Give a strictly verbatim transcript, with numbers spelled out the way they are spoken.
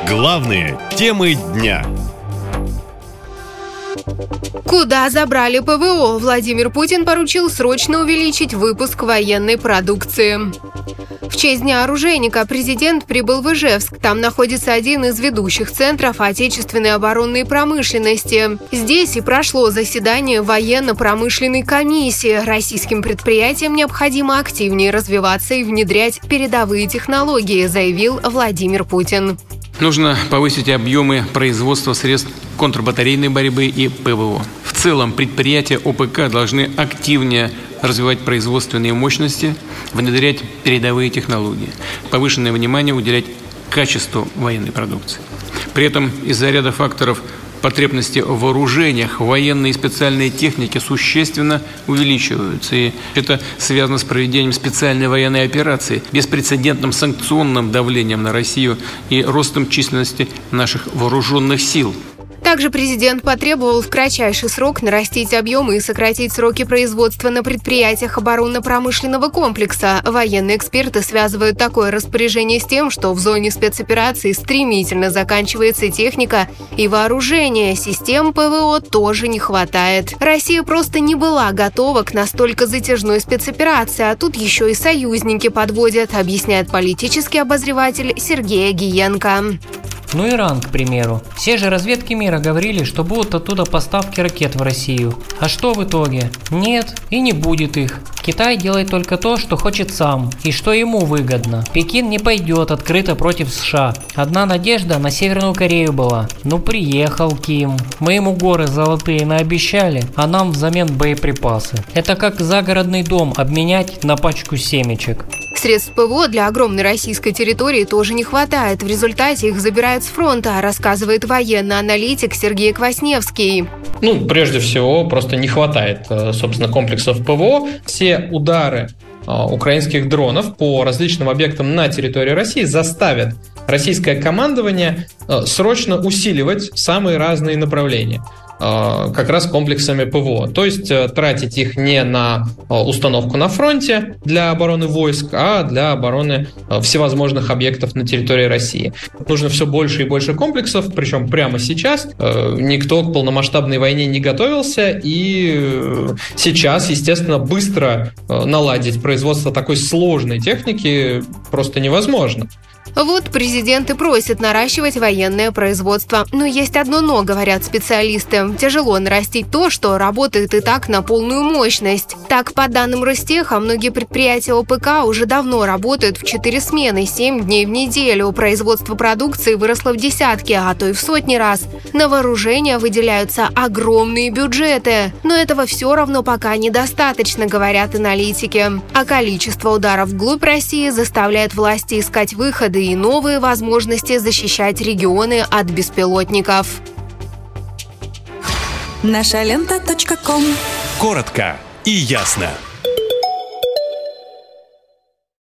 Главные темы дня. Куда забрали ПВО? Владимир Путин поручил срочно увеличить выпуск военной продукции. В честь Дня оружейника президент прибыл в Ижевск. Там находится один из ведущих центров отечественной оборонной промышленности. Здесь и прошло заседание военно-промышленной комиссии. Российским предприятиям необходимо активнее развиваться и внедрять передовые технологии, заявил Владимир Путин. Нужно повысить объемы производства средств контрбатарейной борьбы и ПВО. В целом предприятия ОПК должны активнее развивать производственные мощности, внедрять передовые технологии, повышенное внимание уделять качеству военной продукции. При этом из-за ряда факторов потребности в вооружениях, военной и специальной технике существенно увеличиваются. И это связано с проведением специальной военной операции, беспрецедентным санкционным давлением на Россию и ростом численности наших вооруженных сил. Также президент потребовал в кратчайший срок нарастить объемы и сократить сроки производства на предприятиях оборонно-промышленного комплекса. Военные эксперты связывают такое распоряжение с тем, что в зоне спецоперации стремительно заканчивается техника и вооружение. Систем ПВО тоже не хватает. Россия просто не была готова к настолько затяжной спецоперации, а тут еще и союзники подводят, объясняет политический обозреватель Сергей Агиенко. Ну, Иран, к примеру. Все же разведки мира говорили, что будут оттуда поставки ракет в Россию. А что в итоге? Нет, и не будет их. Китай делает только то, что хочет сам, и что ему выгодно. Пекин не пойдет открыто против США. Одна надежда на Северную Корею была. Ну, приехал Ким. Мы ему горы золотые наобещали, а нам взамен боеприпасы. Это как загородный дом обменять на пачку семечек. Средств ПВО для огромной российской территории тоже не хватает. В результате их забирают с фронта, рассказывает военный аналитик Сергей Квасневский. Ну, прежде всего, просто не хватает, собственно, комплексов ПВО. Все удары украинских дронов по различным объектам на территории России заставят российское командование срочно усиливать самые разные направления, как раз комплексами ПВО. То есть тратить их не на установку на фронте для обороны войск, а для обороны всевозможных объектов на территории России. Нужно все больше и больше комплексов, причем прямо сейчас. Никто к полномасштабной войне не готовился, и сейчас, естественно, быстро наладить производство такой сложной техники просто невозможно. Вот президент и просит наращивать военное производство. Но есть одно «но», говорят специалисты. Тяжело нарастить то, что работает и так на полную мощность. Так, по данным Ростеха, многие предприятия ОПК уже давно работают в четыре смены, семь дней в неделю. Производство продукции выросло в десятки, а то и в сотни раз. На вооружение выделяются огромные бюджеты. Но этого все равно пока недостаточно, говорят аналитики. А количество ударов вглубь России заставляет власти искать выходы и новые возможности защищать регионы от беспилотников. наша лента точка ком. Коротко и ясно.